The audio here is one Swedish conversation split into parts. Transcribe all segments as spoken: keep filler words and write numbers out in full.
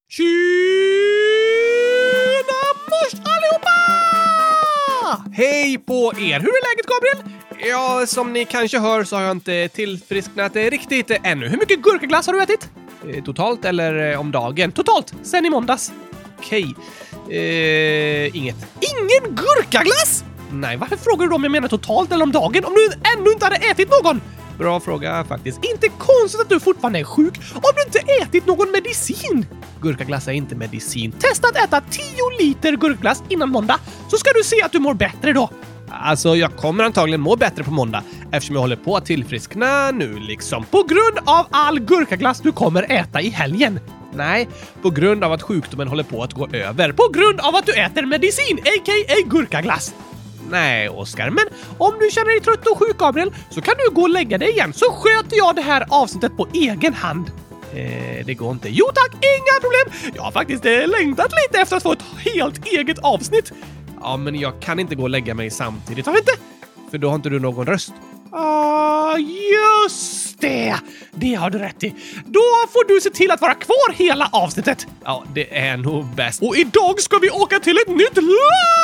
Tjena mors allihopa! Hej på er! Hur är läget, Gabriel? Ja, som ni kanske hör så har jag inte tillfrisknat riktigt ännu. Hur mycket gurkaglass har du ätit? Eh, totalt eller eh, om dagen? Totalt, sen i måndags. Okej. Eh, inget. Ingen gurkaglass? Nej, varför frågar du om jag menar totalt eller om dagen om du ännu inte hade ätit någon? Bra fråga faktiskt. Inte konstigt att du fortfarande är sjuk om du inte ätit någon medicin. Gurkaglass är inte medicin. Testa att äta tio liter gurkaglass innan måndag så ska du se att du mår bättre då. Alltså, jag kommer antagligen må bättre på måndag eftersom jag håller på att tillfriskna nu liksom. På grund av all gurkaglass du kommer äta i helgen. Nej, på grund av att sjukdomen håller på att gå över. På grund av att du äter medicin, a k a gurkaglass. Nej, Oskar, men om du känner dig trött och sjuk, Gabriel, så kan du gå och lägga dig igen så sköter jag det här avsnittet på egen hand. Eh, det går inte. Jo tack, inga problem. Jag har faktiskt eh, längtat lite efter att få ett helt eget avsnitt. Ja, men jag kan inte gå och lägga mig samtidigt, har vi inte? För då har inte du någon röst. Ah, just det! Det har du rätt i. Då får du se till att vara kvar hela avsnittet. Ja, det är nog bäst. Och idag ska vi åka till ett nytt land!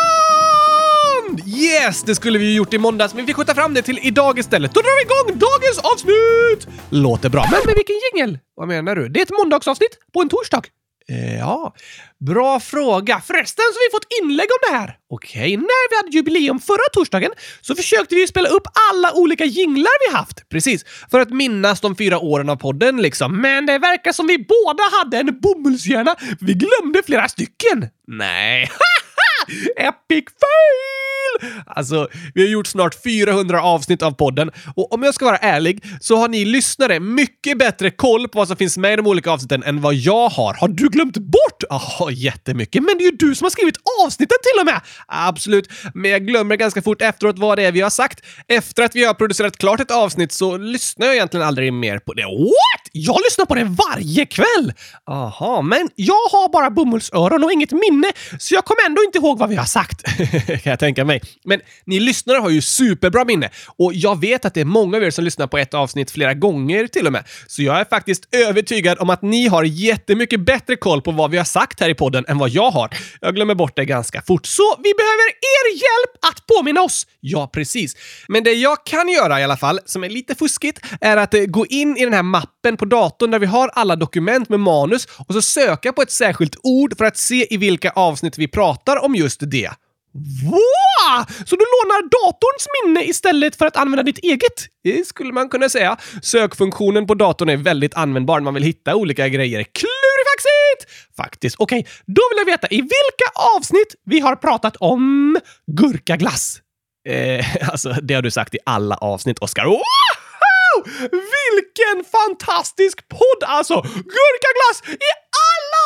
Yes, det skulle vi ju gjort i måndags, men vi skjuter fram det till idag istället. Då drar vi igång dagens avsnitt! Låter bra. Men med vilken jingle? Vad menar du? Det är ett måndagsavsnitt på en torsdag. Eh, ja, bra fråga. Förresten så har vi fått inlägg om det här. Okej, när vi hade jubileum förra torsdagen så försökte vi spela upp alla olika jinglar vi haft. Precis, för att minnas de fyra åren av podden liksom. Men det verkar som vi båda hade en bomullshjärna. Vi glömde flera stycken. Nej, epic fail! Alltså, vi har gjort snart fyrahundra avsnitt av podden och om jag ska vara ärlig så har ni lyssnare mycket bättre koll på vad som finns med i de olika avsnitten än vad jag har. Har du glömt bort? Ja, jättemycket. Men det är ju du som har skrivit avsnitten till och med. Absolut, men jag glömmer ganska fort efteråt vad det är vi har sagt. Efter att vi har producerat klart ett avsnitt så lyssnar jag egentligen aldrig mer på det. What? Jag lyssnar på det varje kväll. Aha, men jag har bara bomullsöron och inget minne så jag kommer ändå inte ihåg vad vi har sagt. Kan jag tänka mig. Men ni lyssnare har ju superbra minne och jag vet att det är många av er som lyssnar på ett avsnitt flera gånger till och med. Så jag är faktiskt övertygad om att ni har jättemycket bättre koll på vad vi har sagt här i podden än vad jag har. Jag glömmer bort det ganska fort. Så vi behöver er hjälp att påminna oss. Ja, precis. Men det jag kan göra i alla fall, som är lite fuskigt, är att eh, gå in i den här mappen på datorn där vi har alla dokument med manus och så söka på ett särskilt ord för att se i vilka avsnitt vi pratar om just det. Wow! Så du lånar datorns minne istället för att använda ditt eget? Det skulle man kunna säga. Sökfunktionen på datorn är väldigt användbar när man vill hitta olika grejer. Klurifaxigt! Faktiskt. Okej, okay, då vill jag veta i vilka avsnitt vi har pratat om gurkaglass. Eh, alltså, det har du sagt i alla avsnitt, Oskar. Wow! Vilken fantastisk podd alltså! Gurkaglass i alla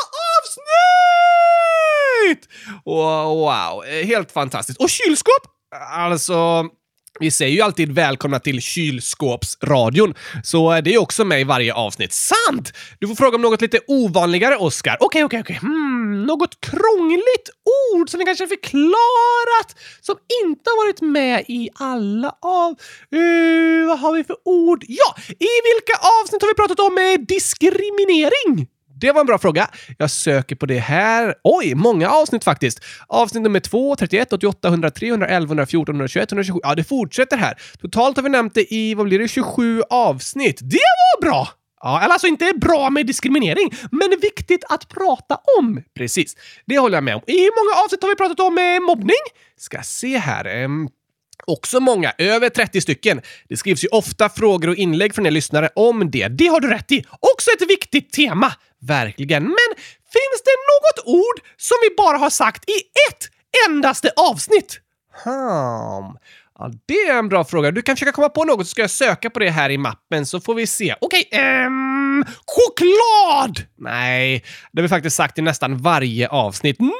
avsnitt! Wow, wow, helt fantastiskt. Och kylskåp? Alltså, vi säger ju alltid välkomna till kylskåpsradion. Så det är också med i varje avsnitt. Sant! Du får fråga om något lite ovanligare, Oskar. Okej, okej, okej. Hmm, något krångligt ord som vi kanske förklarat som inte har varit med i alla av... Uh, vad har vi för ord? Ja, i vilka avsnitt har vi pratat om eh, diskriminering? Det var en bra fråga. Jag söker på det här. Oj, många avsnitt faktiskt. Avsnitt nummer två, trettioett, åttioåtta, hundratre, hundraelva, hundrafjorton, hundratjugoett, hundrasjuttiosju. Ja, det fortsätter här. Totalt har vi nämnt det i, vad blir det, tjugosju avsnitt. Det var bra! Ja, eller alltså inte bra med diskriminering, men viktigt att prata om. Precis, det håller jag med om. I hur många avsnitt har vi pratat om eh, mobbning? Ska se här... Um... Också många, över trettio stycken. Det skrivs ju ofta frågor och inlägg från er lyssnare om det. Det har du rätt i. Också ett viktigt tema. Verkligen. Men finns det något ord som vi bara har sagt i ett endaste avsnitt? Hmm. Ja, det är en bra fråga. Du kan försöka komma på något så ska jag söka på det här i mappen så får vi se. Okej, okay, um, choklad! Nej, det har vi faktiskt sagt i nästan varje avsnitt. No!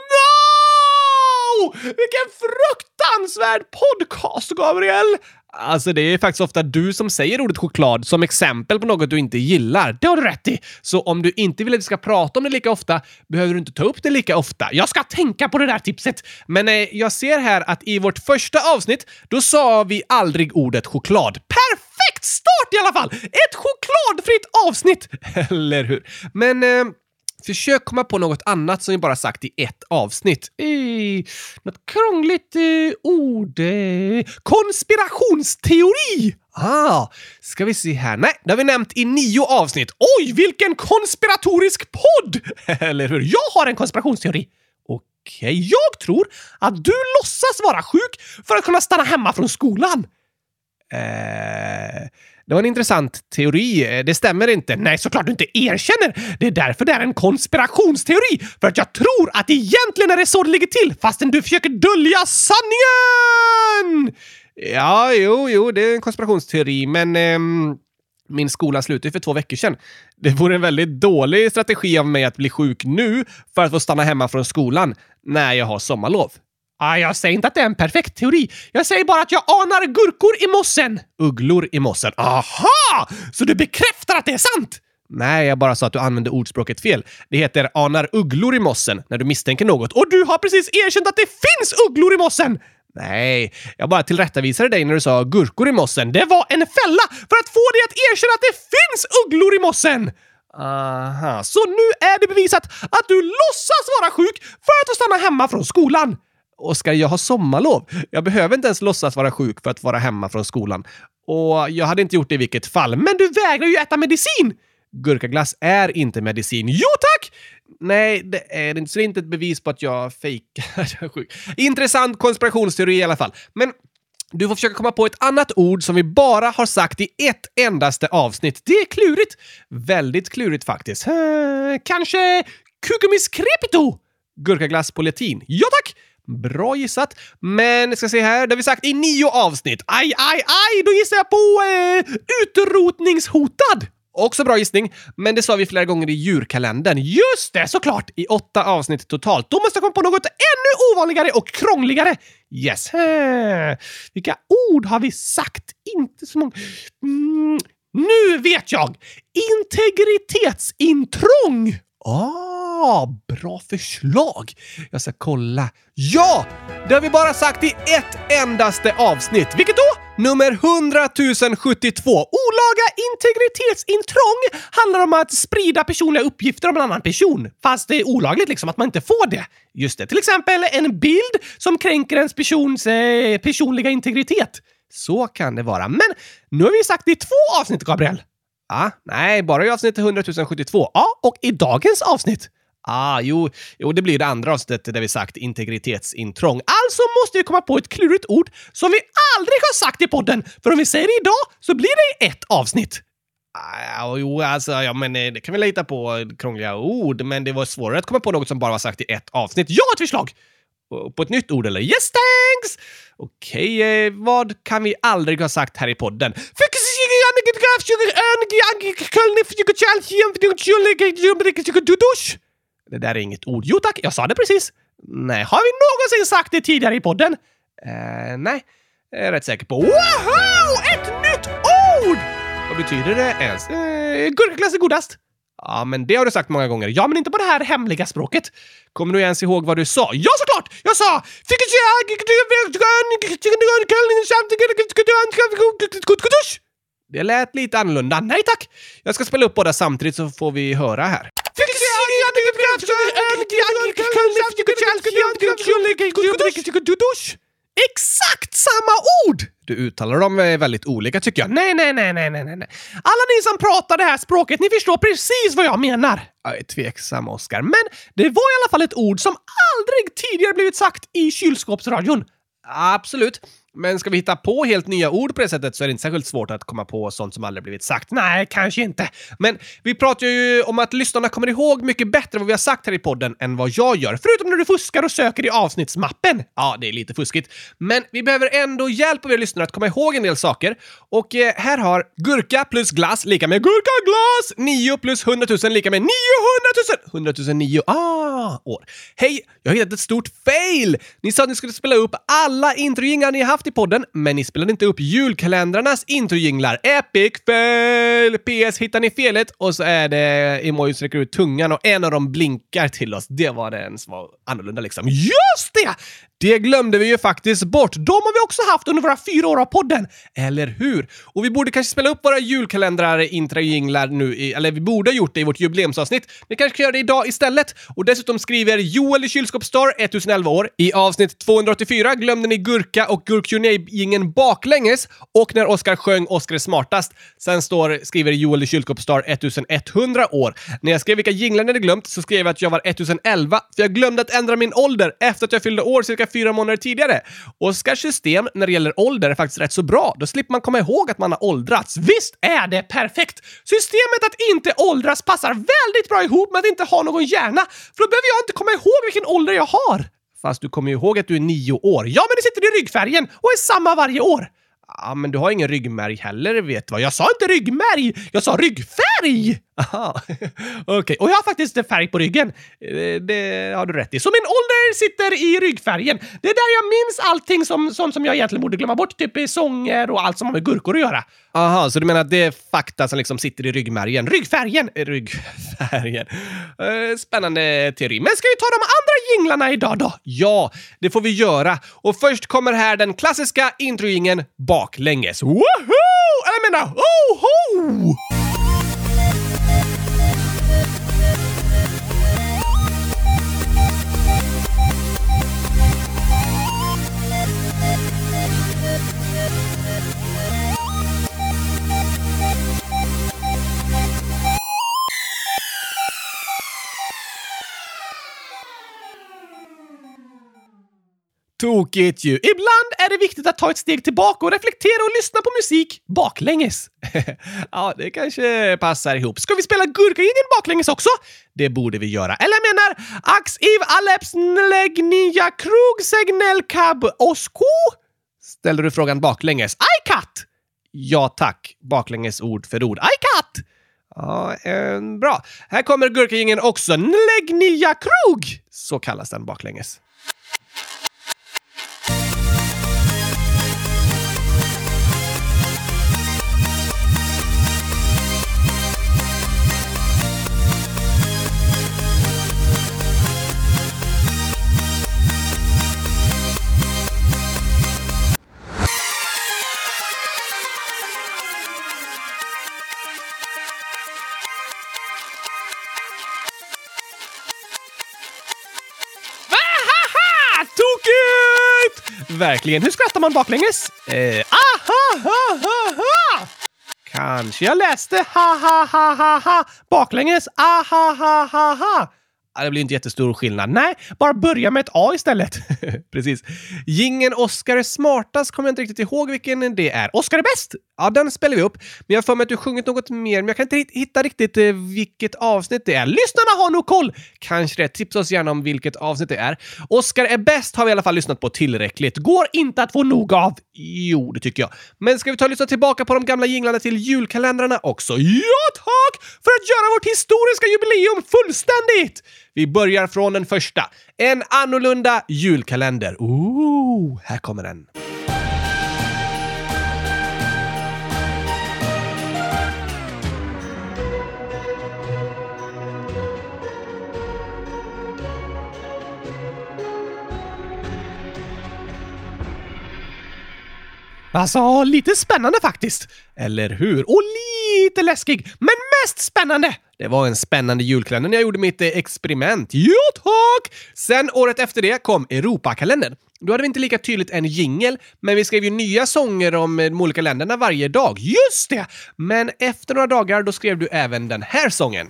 Vilken fruktansvärd podcast, Gabriel! Alltså det är faktiskt ofta du som säger ordet choklad som exempel på något du inte gillar. Det har du rätt i. Så om du inte vill att vi ska prata om det lika ofta behöver du inte ta upp det lika ofta. Jag ska tänka på det där tipset. Men eh, jag ser här att i vårt första avsnitt då sa vi aldrig ordet choklad. Perfekt start i alla fall! Ett chokladfritt avsnitt! Eller hur? Men... Eh, Försök komma på något annat som vi bara sagt i ett avsnitt. Eh, något krångligt eh, ord. Eh, konspirationsteori! Ah, ska vi se här. Nej, det har vi nämnt i nio avsnitt. Oj, vilken konspiratorisk podd! Eller hur? Jag har en konspirationsteori. Okej, jag tror att du låtsas vara sjuk för att kunna stanna hemma från skolan. Eh... Det var en intressant teori. Det stämmer inte. Nej, såklart du inte erkänner. Det är därför det är en konspirationsteori. För att jag tror att egentligen är det så det ligger till, fastän du försöker dölja sanningen! Ja, jo, jo, det är en konspirationsteori, men ehm, min skola slutade för två veckor sedan. Det vore en väldigt dålig strategi av mig att bli sjuk nu för att få stanna hemma från skolan när jag har sommarlov. Ah, jag säger inte att det är en perfekt teori. Jag säger bara att jag anar gurkor i mossen. Ugglor i mossen. Aha! Så du bekräftar att det är sant? Nej, jag bara sa att du använder ordspråket fel. Det heter anar ugglor i mossen när du misstänker något. Och du har precis erkänt att det finns ugglor i mossen! Nej, jag bara tillrättavisade dig när du sa gurkor i mossen. Det var en fälla för att få dig att erkänna att det finns ugglor i mossen! Aha, så nu är det bevisat att du låtsas vara sjuk för att stanna hemma från skolan. Oskar, jag har sommarlov. Jag behöver inte ens låtsas vara sjuk för att vara hemma från skolan. Och jag hade inte gjort det i vilket fall. Men du vägrar ju äta medicin! Gurkaglass är inte medicin. Jo tack! Nej, det är inte, så det är inte ett bevis på att jag fejkar sjuk. Intressant konspirationsteori i alla fall. Men du får försöka komma på ett annat ord som vi bara har sagt i ett endaste avsnitt. Det är klurigt. Väldigt klurigt faktiskt. Eh, kanske cucumis crepito? Gurkaglass på latin. Ja tack! Bra gissat. Men ska se här, det har vi sagt i nio avsnitt. Aj, aj, aj! Då gissar jag på eh, utrotningshotad. Också bra gissning, men det sa vi flera gånger i djurkalendern. Just det, såklart! I åtta avsnitt totalt. Då måste jag komma på något ännu ovanligare och krångligare. Yes. Eh, vilka ord har vi sagt? Inte så många. Mm, nu vet jag! Integritetsintrång! Ah, bra förslag. Jag ska kolla. Ja, det har vi bara sagt i ett endaste avsnitt. Vilket då? Nummer hundratusen sjuttiotvå. Olaga integritetsintrång handlar om att sprida personliga uppgifter om en annan person. Fast det är olagligt liksom att man inte får det. Just det, till exempel en bild som kränker ens persons eh, personliga integritet. Så kan det vara. Men nu har vi sagt det i två avsnitt, Gabriel. Ah, nej, bara i avsnitt hundratusen sjuttiotvå. Ja, ah, och i dagens avsnitt. Ah, jo, jo, det blir det andra avsnittet där vi sagt integritetsintrång. Alltså måste vi komma på ett klurigt ord som vi aldrig har sagt i podden. För om vi säger det idag så blir det i ett avsnitt. Ah, jo, alltså, ja, men det kan vi lita på krångliga ord. Men det var svårare att komma på något som bara var sagt i ett avsnitt. Jag har ett förslag! På ett nytt ord, eller? Yes, thanks! Okej, eh, vad kan vi aldrig ha sagt här i podden? Det där är inget ord. Jo tack, jag sa det precis. Nej, har vi någonsin sagt det tidigare i podden? Uh, nej, jag är rätt säker på. Wow! Ett nytt ord! Vad betyder det ens? Uh, Gurkaglass är godast. Ja, men det har du sagt många gånger. Ja, men inte på det här hemliga språket. Kommer du ens ihåg vad du sa? Ja, såklart! Jag sa... Det lät lite annorlunda. Nej, tack! Jag ska spela upp båda samtidigt så får vi höra här. Exakt samma ord! Du uttalar dem väldigt olika tycker jag. Nej, nej, nej, nej, nej, nej. Alla ni som pratar det här språket, ni förstår precis vad jag menar. Jag är tveksam, Oskar. Men det var i alla fall ett ord som aldrig tidigare blivit sagt i kylskåpsradion. Absolut. Men ska vi hitta på helt nya ord på det sättet så är det inte särskilt svårt att komma på sånt som aldrig blivit sagt. Nej, kanske inte. Men vi pratar ju om att lyssnarna kommer ihåg mycket bättre vad vi har sagt här i podden än vad jag gör. Förutom när du fuskar och söker i avsnittsmappen. Ja, det är lite fuskigt. Men vi behöver ändå hjälp av er lyssnare att komma ihåg en del saker. Och eh, här har gurka plus glass lika med gurkaglass. nio plus hundratusen lika med niohundratusen. hundratusen nio ah, år. Hej, jag har hittat ett stort fail. Ni sa att ni skulle spela upp alla introjinglar ni har haft i podden, men ni spelade inte upp julkalendrarnas introjinglar. Epic fail! P S, hittar ni felet? Och så är det emojis räcker ut tungan och en av dem blinkar till oss. Det var den som var annorlunda liksom. Just det! Det glömde vi ju faktiskt bort. De har vi också haft under våra fyra år av podden. Eller hur? Och vi borde kanske spela upp våra julkalendrar, intro-jinglar nu. I, eller vi borde ha gjort det i vårt jubileumsavsnitt. Vi kanske ska göra det idag istället. Och dessutom skriver Joel i Kylskåpsstar, ettusenelva år. I avsnitt tvåhundraåttiofyra glömde ni Gurka och Gurk Q and A-gingen baklänges. Och när Oskar sjöng Oskar är smartast. Sen står, skriver Joel i Kylskåpsstar, ettusenetthundra år. När jag skrev vilka jinglar ni hade glömt så skrev jag att jag var ettusenelva. För jag glömde att ändra min ålder efter att jag fyllde år cirka fyra månader tidigare. Oskars system när det gäller ålder är faktiskt rätt så bra. Då slipper man komma ihåg att man har åldrats. Visst är det perfekt! Systemet att inte åldras passar väldigt bra ihop med att inte ha någon hjärna. För då behöver jag inte komma ihåg vilken ålder jag har. Fast du kommer ju ihåg att du är nio år. Ja, men det sitter i ryggfärgen och är samma varje år. Ja, men du har ingen ryggmärg heller, vet vad. Jag sa inte ryggmärg, jag sa ryggfärg! Aha, okej. Okay. Och jag har faktiskt färg på ryggen. Det, det har du rätt i. Så min ålder sitter i ryggfärgen. Det är där jag minns allting som, sånt som jag egentligen borde glömma bort. Typ sånger och allt som har med gurkor att göra. Aha, så du menar att det är fakta som liksom sitter i ryggmärgen? Ryggfärgen! Ryggfärgen. Uh, spännande teori. Men ska vi ta de andra jinglarna idag då? Ja, det får vi göra. Och först kommer här den klassiska introjingen baklänges. Woohoo! Jag menar, oh-ho! Tokigt ju. Ibland är det viktigt att ta ett steg tillbaka och reflektera och lyssna på musik baklänges. Ja, det kanske passar ihop. Ska vi spela Gurkagängen baklänges också? Det borde vi göra. Eller jag menar, Ax Iv Aleps Nlegnia Krug Segnel Kab Osko? Ställer du frågan baklänges? Aj katt! Ja tack. Baklänges ord för ord. Aj katt! Ja, eh, bra. Här kommer Gurkagängen också. Nlegnia Krug! Så kallas den baklänges. Verkligen. Hur skrattar man baklänges? Eh, aha, ha, ha, ha. Kanske jag läste ha, ha, ha, ha, ha. Baklänges. Aha, ha, ha, ha. Det blir inte jättestor skillnad. Nej, bara börja med ett A istället. Precis. Gingen Oskar är smartast kommer jag inte riktigt ihåg vilken det är. Oskar är bäst! Ja, den spelar vi upp. Men jag har för mig att du sjungit något mer. Men jag kan inte hitta riktigt eh, vilket avsnitt det är. Lyssnarna har nog koll! Kanske det. Tipsa oss gärna om vilket avsnitt det är. Oskar är bäst har vi i alla fall lyssnat på tillräckligt. Går inte att få nog av. Jo, det tycker jag. Men ska vi ta och lyssna tillbaka på de gamla jinglarna till julkalendrarna också? Ja, tack! För att göra vårt historiska jubileum fullständigt! Vi börjar från den första. En annorlunda julkalender. Ooh, här kommer den. Alltså, lite spännande faktiskt. Eller hur? Och lite läskig, men mest spännande. Det var en spännande julkalender när jag gjorde mitt experiment. Jo, tack! Sen året efter det kom Europakalendern. Då hade vi inte lika tydligt en jingle, men vi skrev ju nya sånger om de olika länderna varje dag. Just det! Men efter några dagar då skrev du även den här sången.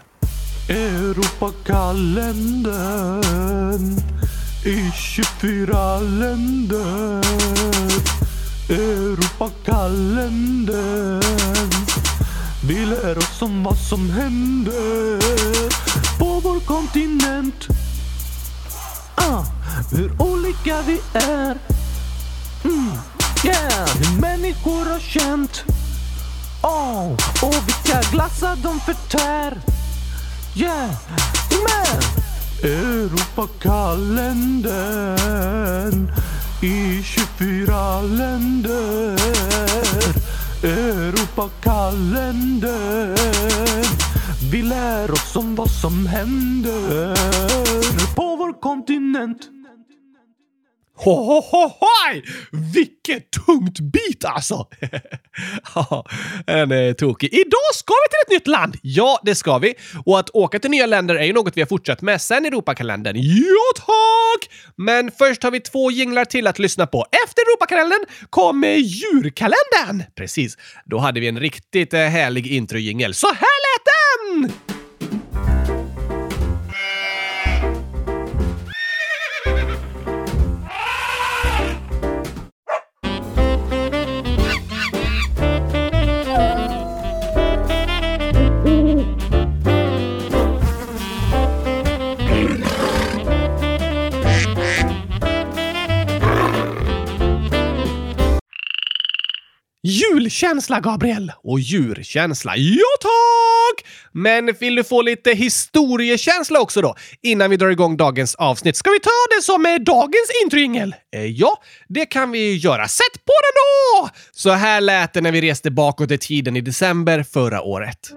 Europakalendern i tjugofyra länder. Europakalendern. Vi lär oss om vad som händer på vår kontinent. Ah, hur olika vi är. Mm, yeah, hur människor har känt. Oh, och vilka glassar de förtär. Yeah, men Europakalendern i tjugofyra länder. Europakalendern. Vi lär oss om vad som händer på vår kontinent. Ho, ho, ho, hoj! Vilket tungt bit alltså! Ja, den är tokig. Idag ska vi till ett nytt land! Ja, det ska vi. Och att åka till nya länder är ju något vi har fortsatt med sen Europakalendern. Ja, tack! Men först har vi två jinglar till att lyssna på. Efter Europakalendern kommer djurkalendern. Precis, då hade vi en riktigt härlig introjingel. Så här lät den! Julkänsla, Gabriel! Och djurkänsla. Ja, tack! Men vill du få lite historiekänsla också då? Innan vi drar igång dagens avsnitt. Ska vi ta det som är dagens introjingel? Eh, ja, det kan vi göra. Sätt på den då! Så här lät det när vi reste bakåt i tiden i december förra året.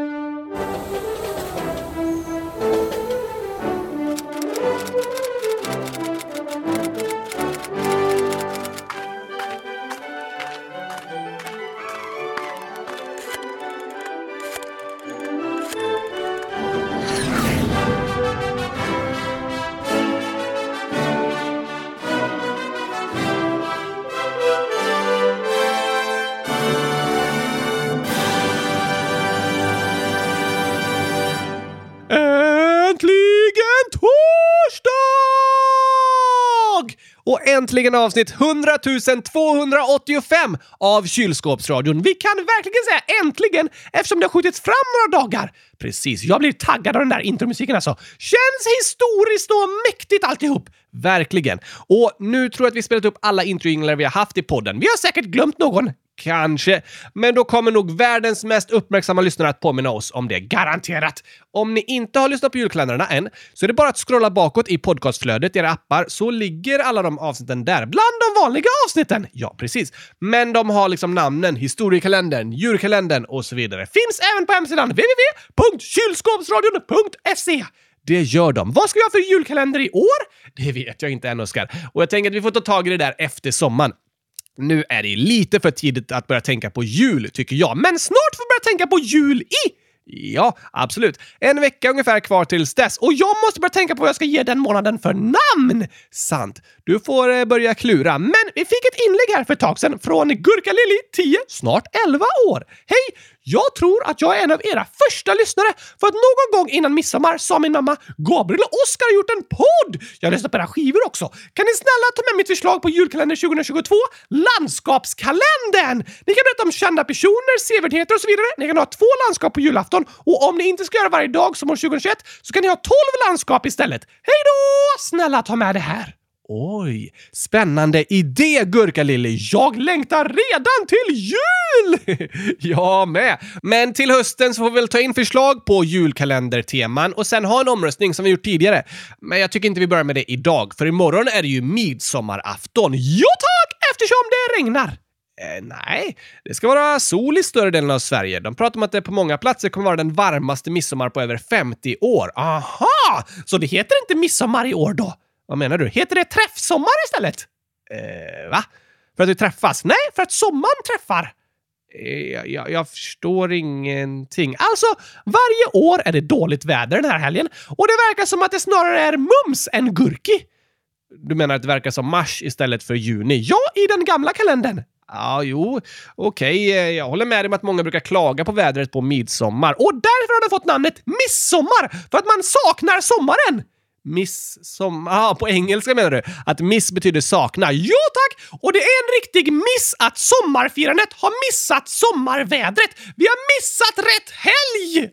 Och äntligen avsnitt hundratusen tvåhundraåttiofem av Kylskåpsradion. Vi kan verkligen säga äntligen eftersom det har skjutits fram några dagar. Precis, jag blir taggad av den där intromusiken alltså. Känns historiskt och mäktigt alltihop. Verkligen. Och nu tror jag att vi spelat upp alla introjinglar vi har haft i podden. Vi har säkert glömt någon. Kanske. Men då kommer nog världens mest uppmärksamma lyssnare att påminna oss om det. Garanterat. Om ni inte har lyssnat på julkalendrarna än så är det bara att scrolla bakåt i podcastflödet i era appar så ligger alla de avsnitten där. Bland de vanliga avsnitten. Ja, precis. Men de har liksom namnen, historiekalendern, djurkalendern och så vidare. Finns även på hemsidan w w w punkt kylskåpsradion punkt se. Det gör de. Vad ska vi ha för julkalender i år? Det vet jag inte än, Oskar. Och jag tänker att vi får ta tag i det där efter sommaren. Nu är det lite för tidigt att börja tänka på jul, tycker jag. Men snart får vi börja tänka på jul i... Ja, absolut. En vecka ungefär kvar tills dess. Och jag måste börja tänka på vad jag ska ge den månaden för namn. Sant. Du får eh, börja klura. Men vi fick ett inlägg här för ett tag sedan från Gurka-Lilly, tio, snart elva år. Hej! Jag tror att jag är en av era första lyssnare för att någon gång innan midsommar sa min mamma Gabriel och Oskar har gjort en podd. Jag har lyssnat på era skivor också. Kan ni snälla ta med mitt förslag på julkalender tjugohundratjugotvå? Landskapskalendern! Ni kan berätta om kända personer, sevärdheter och så vidare. Ni kan ha två landskap på julafton och om ni inte ska göra varje dag som år tjugohundratjugoett så kan ni ha tolv landskap istället. Hej då! Snälla ta med det här. Oj, spännande idé, Gurka-Lilly. Jag längtar redan till jul! Jag med. Men till hösten så får vi väl ta in förslag på julkalenderteman och sen ha en omröstning som vi gjort tidigare. Men jag tycker inte vi börjar med det idag, för imorgon är det ju midsommarafton. Jo tack, eftersom det regnar. Eh, nej, det ska vara sol i större delen av Sverige. De pratar om att det på många platser kommer vara den varmaste midsommar på över femtio år. Aha, så det heter inte midsommar i år då? Vad menar du? Heter det träffsommar istället? Eh, va? För att vi träffas? Nej, för att sommaren träffar. Eh, jag, jag, jag förstår ingenting. Alltså, varje år är det dåligt väder den här helgen. Och det verkar som att det snarare är mums än gurki. Du menar att det verkar som mars istället för juni? Ja, i den gamla kalendern. Ja, jo. Okej, okay. Jag håller med dig om att många brukar klaga på vädret på midsommar. Och därför har den fått namnet midsommar. För att man saknar sommaren. Miss som... Ah, på engelska menar du? Att miss betyder sakna. Ja, tack! Och det är en riktig miss att sommarfirandet har missat sommarvädret. Vi har missat rätt helg!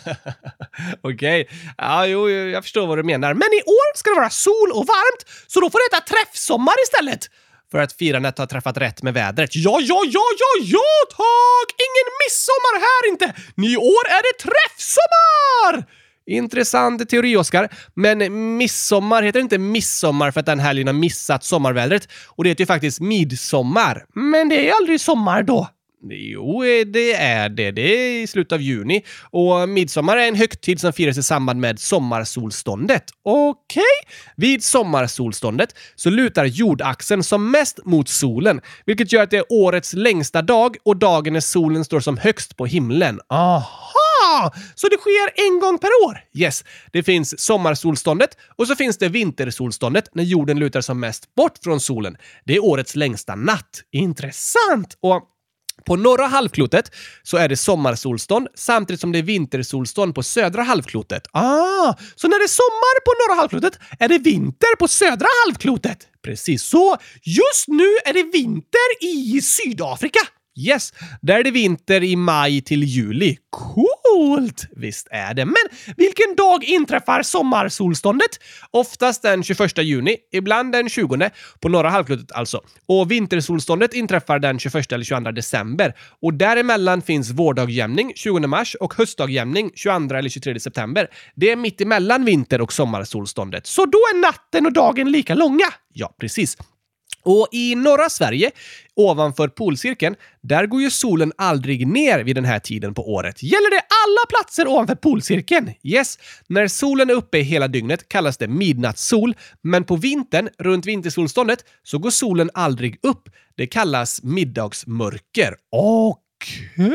Okej. Okay. Ja, jo, jag förstår vad du menar. Men i år ska det vara sol och varmt, så då får det heta träffsommar istället. För att firandet har träffat rätt med vädret. Ja, ja, ja, ja, ja, tack! Ingen midsommar här inte! I år är det träffsommar! Intressant teori, Oskar. Men midsommar heter inte midsommar för att den helgen har missat sommarvädret. Och det heter ju faktiskt midsommar. Men det är aldrig sommar då. Jo, det är det. Det är i slutet av juni. Och midsommar är en högtid som firas i samband med sommarsolståndet. Okej? Okay. Vid sommarsolståndet så lutar jordaxeln som mest mot solen, vilket gör att det är årets längsta dag och dagen när solen står som högst på himlen. Aha! Så det sker en gång per år? Yes. Det finns sommarsolståndet och så finns det vintersolståndet när jorden lutar som mest bort från solen. Det är årets längsta natt. Intressant! Och på norra halvklotet så är det sommarsolstånd samtidigt som det är vintersolstånd på södra halvklotet. Ah, så när det är sommar på norra halvklotet är det vinter på södra halvklotet. Precis så. Just nu är det vinter i Sydafrika. Yes, där är det vinter i maj till juli. Coolt! Visst är det. Men vilken dag inträffar sommarsolståndet? Oftast den tjugoförsta juni, ibland den tjugonde, på norra halvklotet alltså. Och vintersolståndet inträffar den tjugoförsta eller tjugoandra december. Och däremellan finns vårdagjämning tjugonde mars och höstdagjämning tjugoandra eller tjugotredje september. Det är mitt emellan vinter- och sommarsolståndet. Så då är natten och dagen lika långa. Ja, precis. Och i norra Sverige, ovanför polcirkeln, där går ju solen aldrig ner vid den här tiden på året. Gäller det alla platser ovanför polcirkeln? Yes. När solen är uppe hela dygnet kallas det midnattssol, men på vintern, runt vintersolståndet, så går solen aldrig upp. Det kallas middagsmörker. Okej!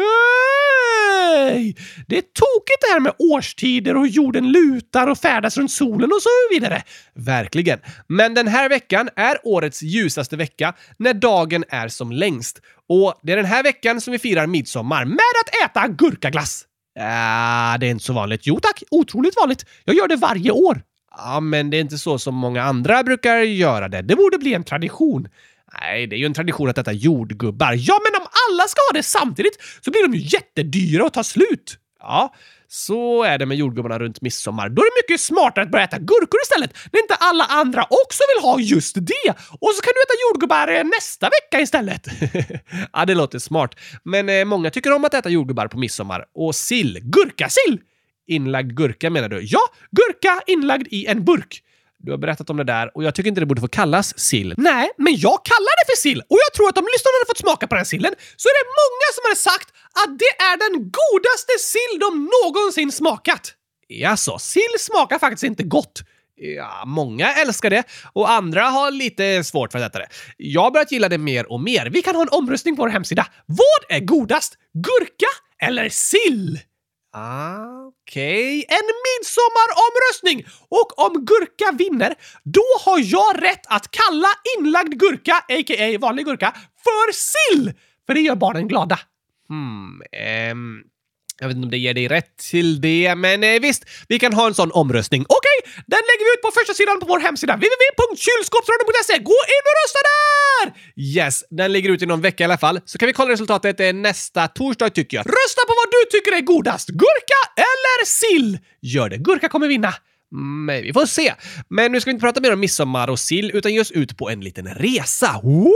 Det är tokigt det här med årstider och jorden lutar och färdas runt solen och så vidare. Verkligen. Men den här veckan är årets ljusaste vecka när dagen är som längst. Och det är den här veckan som vi firar midsommar med att äta gurkaglass. Ja, det är inte så vanligt. Jo tack, otroligt vanligt. Jag gör det varje år. Ja, men det är inte så som många andra brukar göra det. Det borde bli en tradition. Nej, det är ju en tradition att äta jordgubbar. Ja, men om alla ska ha det samtidigt så blir de ju jättedyra och tar slut. Ja, så är det med jordgubbarna runt midsommar. Då är det mycket smartare att börja äta gurkor istället, när inte alla andra också vill ha just det. Och så kan du äta jordgubbar nästa vecka istället. Ja, det låter smart. Men eh, många tycker om att äta jordgubbar på midsommar. Och sill, gurkasill! Inlagd gurka menar du? Ja, gurka inlagd i en burk. Du har berättat om det där och jag tycker inte det borde få kallas sill. Nej, men jag kallar det för sill. Och jag tror att om lyssnarna hade fått smaka på den sillen så är det många som hade sagt att det är den godaste sill de någonsin smakat. Jaså, sill smakar faktiskt inte gott. Ja, många älskar det och andra har lite svårt för att äta det. Jag har börjat gilla det mer och mer. Vi kan ha en omröstning på vår hemsida. Vad är godast? Gurka eller sill? Ah, okej. Okay. En midsommaromröstning! Och om gurka vinner, då har jag rätt att kalla inlagd gurka, a k a vanlig gurka, för sill! För det gör barnen glada. Hmm, ehm... Jag vet inte om det ger dig rätt till det, men eh, visst, vi kan ha en sån omröstning. Okej, okay, den lägger vi ut på första sidan på vår hemsida, w w w punkt kylskåpsradion punkt se. Gå in och rösta där! Yes, den ligger ut i någon vecka i alla fall, så kan vi kolla resultatet eh, nästa torsdag tycker jag. Rösta på vad du tycker är godast, gurka eller sill! Gör det, gurka kommer vinna. Men vi får se. Men nu ska vi inte prata mer om midsommar och sill, utan ge oss ut på en liten resa. Woho!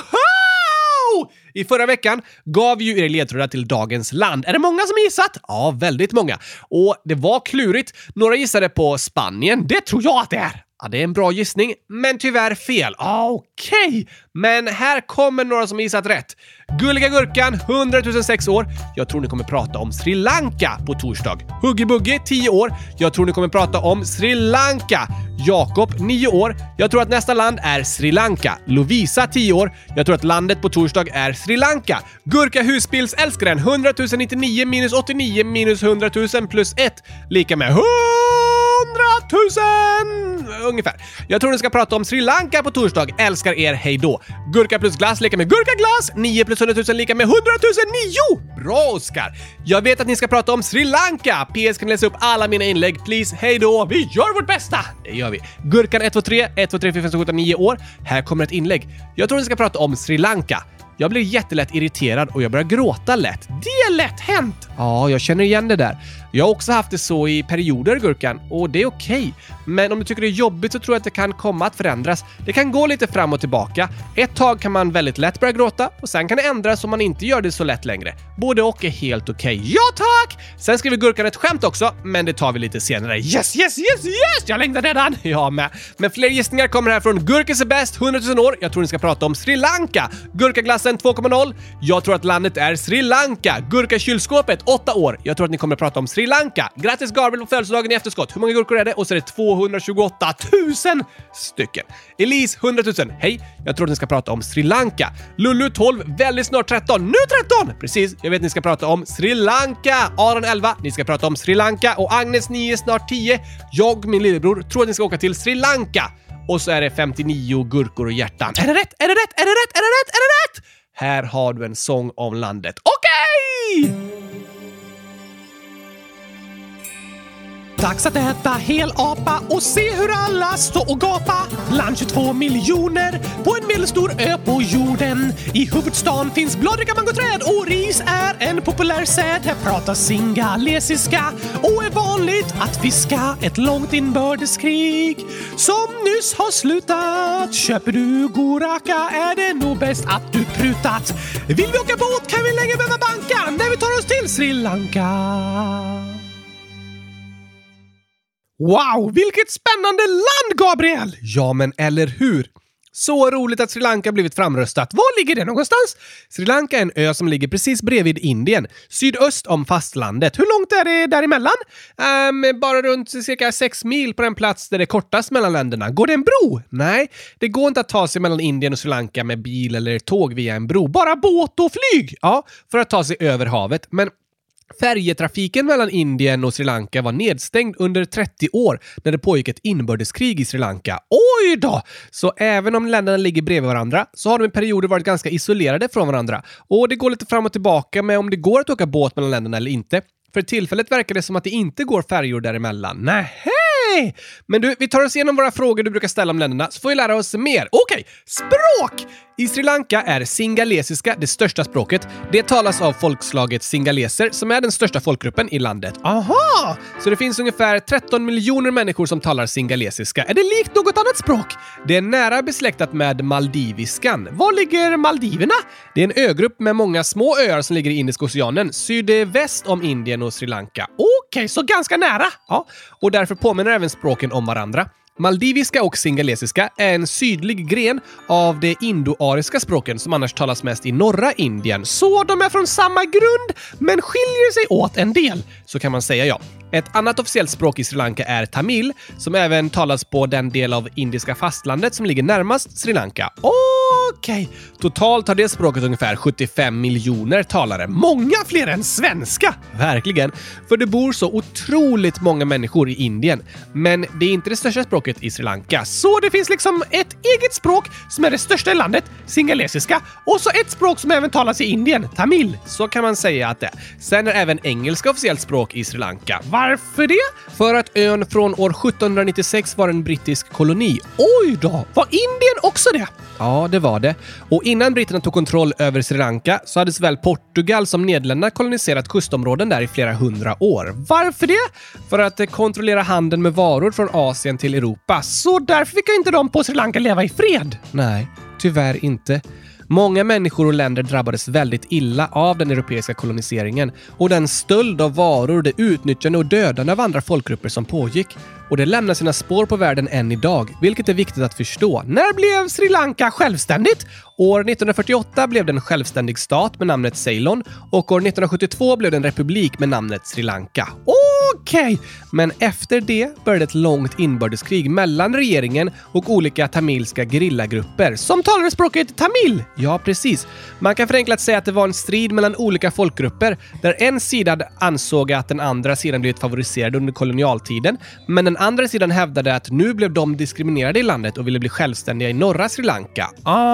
I förra veckan gav ju er ledtrådar till dagens land. Är det många som gissat? Ja, väldigt många. Och det var klurigt. Några gissade på Spanien. Det tror jag att det är. Ja, det är en bra gissning, men tyvärr fel. Ah, okej. Okay. Men här kommer några som gissat rätt. Gulliga Gurkan, hundratusen sex år. Jag tror ni kommer prata om Sri Lanka på torsdag. Huggy-Buggy, tio år. Jag tror ni kommer prata om Sri Lanka. Jakob, nio år. Jag tror att nästa land är Sri Lanka. Lovisa, tio år. Jag tror att landet på torsdag är Sri Lanka. Gurka Husbils älskaren, hundratusen nittionio minus åttionio minus hundratusen plus ett. Lika med hundratusen! Ungefär. Jag tror ni ska prata om Sri Lanka på torsdag. Älskar er, hej då. Gurka plus glass lika med gurkaglass. nio plus hundratusen lika med hundratusen nio. Bra, Oskar. Jag vet att ni ska prata om Sri Lanka. P S kan läsa upp alla mina inlägg. Please, hej då. Vi gör vårt bästa. Det gör vi. Gurkan ett två tre, ett två tre fyra fem sex sju åtta nio år. Här kommer ett inlägg. Jag tror ni ska prata om Sri Lanka. Jag blir jättelätt irriterad och jag börjar gråta lätt. Det är lätt hänt. Ja, jag känner igen det där. Jag har också haft det så i perioder, Gurkan, och det är okej. Okay. Men om du tycker det är jobbigt så tror jag att det kan komma att förändras. Det kan gå lite fram och tillbaka. Ett tag kan man väldigt lätt börja gråta och sen kan det ändras om man inte gör det så lätt längre. Både och är helt okej. Okay. Ja tack! Sen skriver Gurkan ett skämt också, men det tar vi lite senare. Yes, yes, yes, yes! Jag längtar redan! Ja, med. Men fler gissningar kommer här från Gurkis är bäst, hundratusen år. Jag tror ni ska prata om Sri Lanka. Gurkaglassen två komma noll. Jag tror att landet är Sri Lanka. Gurkakylskåpet åtta år. Jag tror att ni kommer att prata om Sri Lanka. Grattis Gabriel på födelsedagen i efterskott. Hur många gurkor är det? Och så är det tvåhundratjugoåtta tusen stycken. Elise hundratusen. Hej, jag tror att ni ska prata om Sri Lanka. Lulu tolv, väldigt snart tretton. Nu tretton! Precis, jag vet att ni ska prata om Sri Lanka. Aron elva, ni ska prata om Sri Lanka. Och Agnes nio, snart tio. Jag och min lillebror tror att ni ska åka till Sri Lanka. Och så är det femtionio gurkor och hjärtan. Är det rätt? Är det rätt? Är det rätt? Är det rätt? Är det rätt? Här har du en sång om landet. Okej! Okay! Dags att äta hel apa och se hur alla står och gapa. Bland tjugotvå miljoner på en medelstor ö på jorden. I huvudstaden finns bladrika mangoträd och ris är en populär säd. Här pratas singalesiska och är vanligt att fiska. Ett långt inbördeskrig som nyss har slutat. Köper du goraka är det nog bäst att du prutat. Vill vi åka båt kan vi länge behöva banka när vi tar oss till Sri Lanka. Wow, vilket spännande land, Gabriel! Ja, men eller hur? Så roligt att Sri Lanka blivit framröstat. Var ligger det någonstans? Sri Lanka är en ö som ligger precis bredvid Indien, sydöst om fastlandet. Hur långt är det däremellan? Um, bara runt cirka sex mil på den plats där det är kortast mellan länderna. Går det en bro? Nej, det går inte att ta sig mellan Indien och Sri Lanka med bil eller tåg via en bro. Bara båt och flyg! Ja, för att ta sig över havet. Men färjetrafiken mellan Indien och Sri Lanka var nedstängd under trettio år när det pågick ett inbördeskrig i Sri Lanka. Oj då! Så även om länderna ligger bredvid varandra så har de i perioder varit ganska isolerade från varandra. Och det går lite fram och tillbaka med om det går att åka båt mellan länderna eller inte. För tillfället verkar det som att det inte går färjor däremellan. Nej. Men du, vi tar oss igenom våra frågor du brukar ställa om länderna så får vi lära oss mer. Okej, okay. Språk! I Sri Lanka är singalesiska det största språket. Det talas av folkslaget singaleser som är den största folkgruppen i landet. Aha! Så det finns ungefär tretton miljoner människor som talar singalesiska. Är det likt något annat språk? Det är nära besläktat med maldiviskan. Var ligger Maldiverna? Det är en ögrupp med många små öar som ligger i Indiska oceanen, sydväst om Indien och Sri Lanka. Okej, okay, så ganska nära. Ja, och därför påminner även språken om varandra. Maldiviska och singalesiska är en sydlig gren av de indoariska språken som annars talas mest i norra Indien. Så de är från samma grund men skiljer sig åt en del, så kan man säga ja. Ett annat officiellt språk i Sri Lanka är tamil, som även talas på den del av indiska fastlandet som ligger närmast Sri Lanka. Okej, okay. Totalt har det språket ungefär sjuttiofem miljoner talare. Många fler än svenska! Verkligen, för det bor så otroligt många människor i Indien. Men det är inte det största språket i Sri Lanka. Så det finns liksom ett eget språk som är det största i landet, singalesiska, och så ett språk som även talas i Indien, tamil. Så kan man säga att det. Sen är även engelska officiellt språk i Sri Lanka. Varför det? För att ön från år sjuttonhundranittiosex var en brittisk koloni. Oj då! Var Indien också det? Ja, det var det. Och innan britterna tog kontroll över Sri Lanka så hade såväl Portugal som Nederländerna koloniserat kustområden där i flera hundra år. Varför det? För att kontrollera handeln med varor från Asien till Europa. Så därför fick inte de på Sri Lanka leva i fred? Nej, tyvärr inte. Många människor och länder drabbades väldigt illa av den europeiska koloniseringen och den stöld av varor, det utnyttjande och dödande av andra folkgrupper som pågick. Och det lämnar sina spår på världen än idag, vilket är viktigt att förstå. När blev Sri Lanka självständigt? År nittonhundrafyrtioåtta blev det en självständig stat med namnet Ceylon och år nittonhundrasjuttiotvå blev det en republik med namnet Sri Lanka. Okej, okay. Men efter det började ett långt inbördeskrig mellan regeringen och olika tamilska gerillagrupper som talade språket tamil. Ja, precis. Man kan förenklat säga att det var en strid mellan olika folkgrupper där en sida ansåg att den andra sidan blivit favoriserad under kolonialtiden, men den andra sidan hävdade att nu blev de diskriminerade i landet och ville bli självständiga i norra Sri Lanka.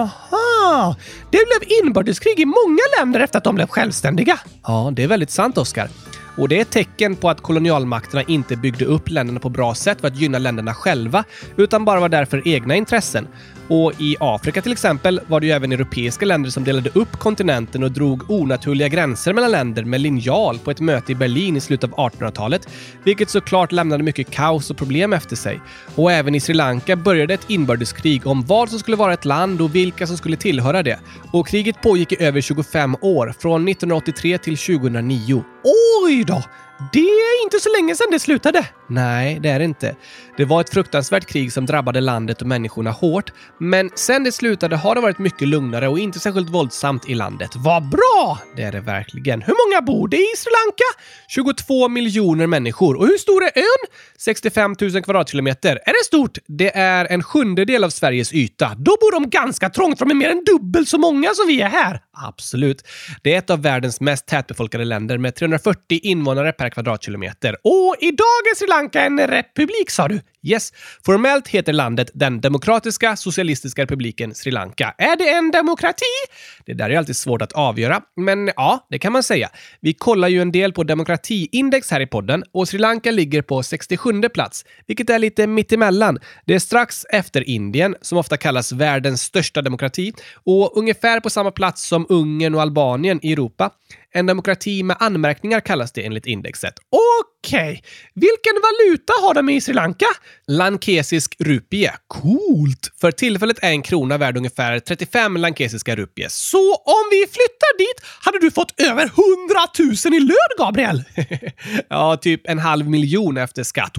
Aha! Det blev inbördeskrig i många länder efter att de blev självständiga. Ja, det är väldigt sant, Oskar. Och det är ett tecken på att kolonialmakterna inte byggde upp länderna på bra sätt för att gynna länderna själva, utan bara var där för egna intressen. Och i Afrika till exempel var det ju även europeiska länder som delade upp kontinenten och drog onaturliga gränser mellan länder med linjal på ett möte i Berlin i slutet av artonhundratalet, vilket såklart lämnade mycket kaos och problem efter sig. Och även i Sri Lanka började ett inbördeskrig om vad som skulle vara ett land och vilka som skulle tillhöra det. Och kriget pågick i över tjugofem år, från nittonhundraåttiotre till tjugohundranio. Oj då! Det är inte så länge sedan det slutade. Nej, det är det inte. Det var ett fruktansvärt krig som drabbade landet och människorna hårt. Men sen det slutade har det varit mycket lugnare och inte särskilt våldsamt i landet. Vad bra! Det är det verkligen. Hur många bor det i Sri Lanka? tjugotvå miljoner människor. Och hur stor är ön? sextiofem tusen kvadratkilometer. Är det stort? Det är en sjundedel av Sveriges yta. Då bor de ganska trångt, för de är mer än dubbelt så många som vi är här. Absolut. Det är ett av världens mest tätbefolkade länder med trehundrafyrtio invånare per kvadratkilometer. Och idag är Sri Lanka en republik, sa du? Yes. Formellt heter landet den Demokratiska Socialistiska Republiken Sri Lanka. Är det en demokrati? Det där är alltid svårt att avgöra, men ja, det kan man säga. Vi kollar ju en del på demokratiindex här i podden och Sri Lanka ligger på sextiosjunde plats, vilket är lite mittemellan. Det är strax efter Indien, som ofta kallas världens största demokrati, och ungefär på samma plats som Ungern och Albanien i Europa. En demokrati med anmärkningar kallas det enligt indexet. Okej, okay. Vilken valuta har de i Sri Lanka? Lankesisk rupie. Coolt! För tillfället är en krona värd ungefär trettiofem lankesiska rupies. Så om vi flyttar dit hade du fått över hundratusen i lön, Gabriel! Ja, typ en halv miljon efter skatt.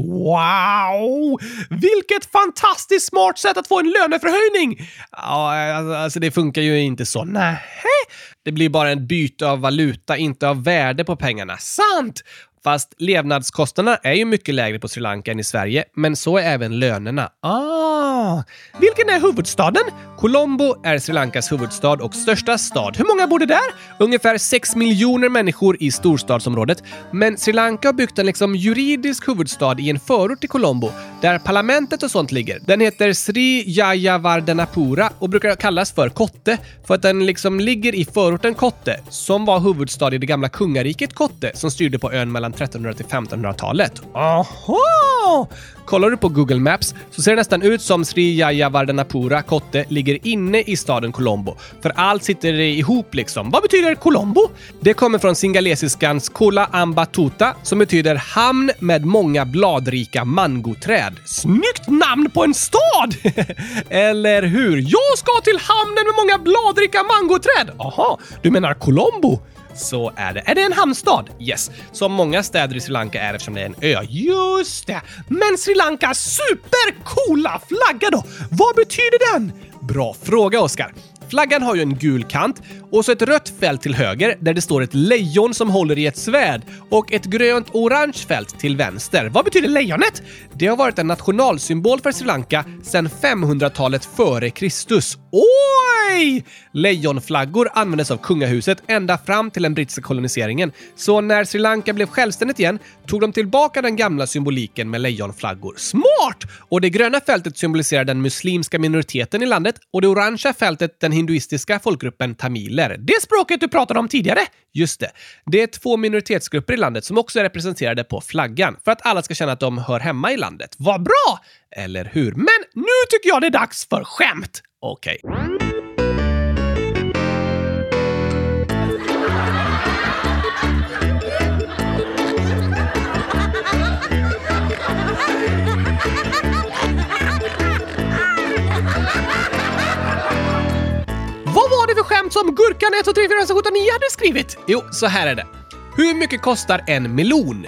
Wow! Vilket fantastiskt smart sätt att få en löneförhöjning! Ja, alltså det funkar ju inte så. Nej. Det blir bara en byte av valuta, inte av värde på pengarna. Sant! Fast levnadskostnaderna är ju mycket lägre på Sri Lanka än i Sverige, men så är även lönerna. Ah! Vilken är huvudstaden? Colombo är Sri Lankas huvudstad och största stad. Hur många bor det där? Ungefär sex miljoner människor i storstadsområdet. Men Sri Lanka har byggt en liksom juridisk huvudstad i en förort till Colombo, där parlamentet och sånt ligger. Den heter Sri Jayawardenepura och brukar kallas för Kotte, för att den liksom ligger i förorten Kotte, som var huvudstad i det gamla kungariket Kotte, som styrde på ön mellan trettonhundra till femtonhundratalet. Aha! Kollar du på Google Maps så ser det nästan ut som Sri Jayawardenepura Kotte ligger inne i staden Colombo. För allt sitter ihop liksom. Vad betyder Colombo? Det kommer från singalesiskans Kola Ambatuta, som betyder hamn med många bladrika mangoträd. Snyggt namn på en stad! Eller hur? Jag ska till hamnen med många bladrika mangoträd! Aha, du menar Colombo? Så är det. Är det en hamnstad? Yes. Som många städer i Sri Lanka är, eftersom det är en ö. Just det. Men Sri Lankas supercoola flagga då? Vad betyder den? Bra fråga, Oskar. Flaggan har ju en gul kant och så ett rött fält till höger där det står ett lejon som håller i ett svärd och ett grönt-orange fält till vänster. Vad betyder lejonet? Det har varit en nationalsymbol för Sri Lanka sedan femhundratalet före Kristus. Oj! Lejonflaggor användes av kungahuset ända fram till den brittiska koloniseringen. Så när Sri Lanka blev självständigt igen tog de tillbaka den gamla symboliken med lejonflaggor. Smart! Och det gröna fältet symboliserar den muslimska minoriteten i landet och det orangea fältet den hinduistiska folkgruppen tamiler. Det språket du pratade om tidigare? Just det. Det är två minoritetsgrupper i landet som också är representerade på flaggan för att alla ska känna att de hör hemma i landet. Vad bra! Eller hur? Men nu tycker jag det är dags för skämt. Okej. Okay. Vad var det för skämt som Gurkan ett två tre fyra fem sex sju åtta nio hade skrivit? Jo, så här är det. Hur mycket kostar en melon?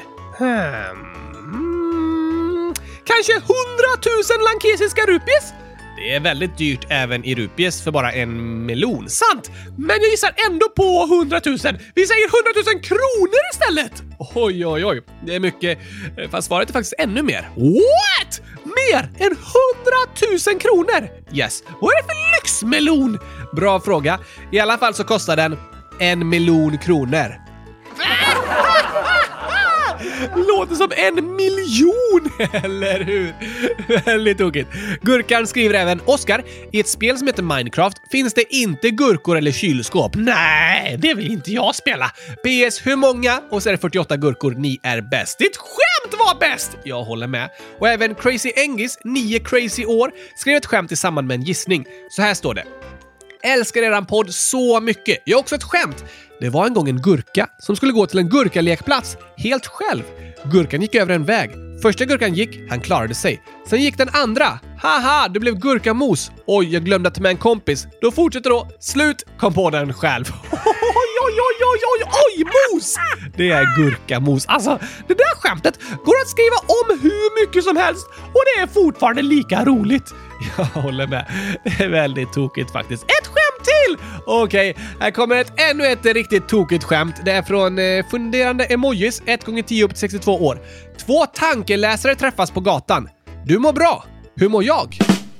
Hmm. Kanske hundratusen lankesiska rupies? Det är väldigt dyrt även i rupies för bara en melon. Sant! Men jag gissar ändå på hundratusen. Vi säger hundratusen kronor istället! Oj, oj, oj. Det är mycket. Fast svaret är faktiskt ännu mer. What? Mer än hundratusen kronor? Yes. Vad är det för lyxmelon? Bra fråga. I alla fall så kostar den en miljon kronor. Låter som en miljon, eller hur? Väldigt tokigt. Gurkan skriver även: Oskar, i ett spel som heter Minecraft finns det inte gurkor eller kylskåp. Nej, det vill inte jag spela. P S, hur många? Och så är det fyrtioåtta gurkor, ni är bäst. Ditt skämt var bäst! Jag håller med. Och även Crazy Engis, nio crazy år, skrev ett skämt i samband med en gissning. Så här står det: älskar eran podd så mycket. Jag har också ett skämt. Det var en gång en gurka som skulle gå till en gurkalekplats helt själv. Gurkan gick över en väg. Första gurkan gick, han klarade sig. Sen gick den andra. Haha, det blev gurkamos. Oj, jag glömde att ta med en kompis. Då fortsätter då. Slut, kom på den själv. Oj, oj, oj, oj, oj, oj, mos! Det är gurkamos. Alltså, det där skämtet går att skriva om hur mycket som helst och det är fortfarande lika roligt. Jag håller med. Det är väldigt tokigt faktiskt. Ett skämt till! Okej, okay, här kommer ett ännu ett riktigt tokigt skämt. Det är från eh, funderande emojis, ett gånger tio upp till sextiotvå år. Två tankeläsare träffas på gatan. Du mår bra. Hur mår jag?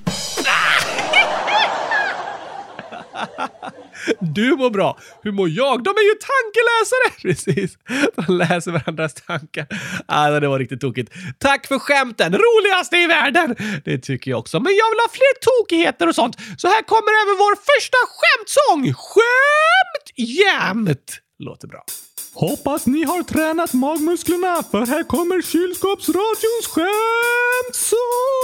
Du mår bra. Hur mår jag? De är ju tankeläsare. Precis. De läser varandras tankar. Alltså, det var riktigt tokigt. Tack för skämten. Roligaste i världen. Det tycker jag också. Men jag vill ha fler tokigheter och sånt. Så här kommer även vår första skämtsång. Skämt jämt. Låter bra. Hoppas ni har tränat magmusklerna, för här kommer kylskåpsradions skämtsång!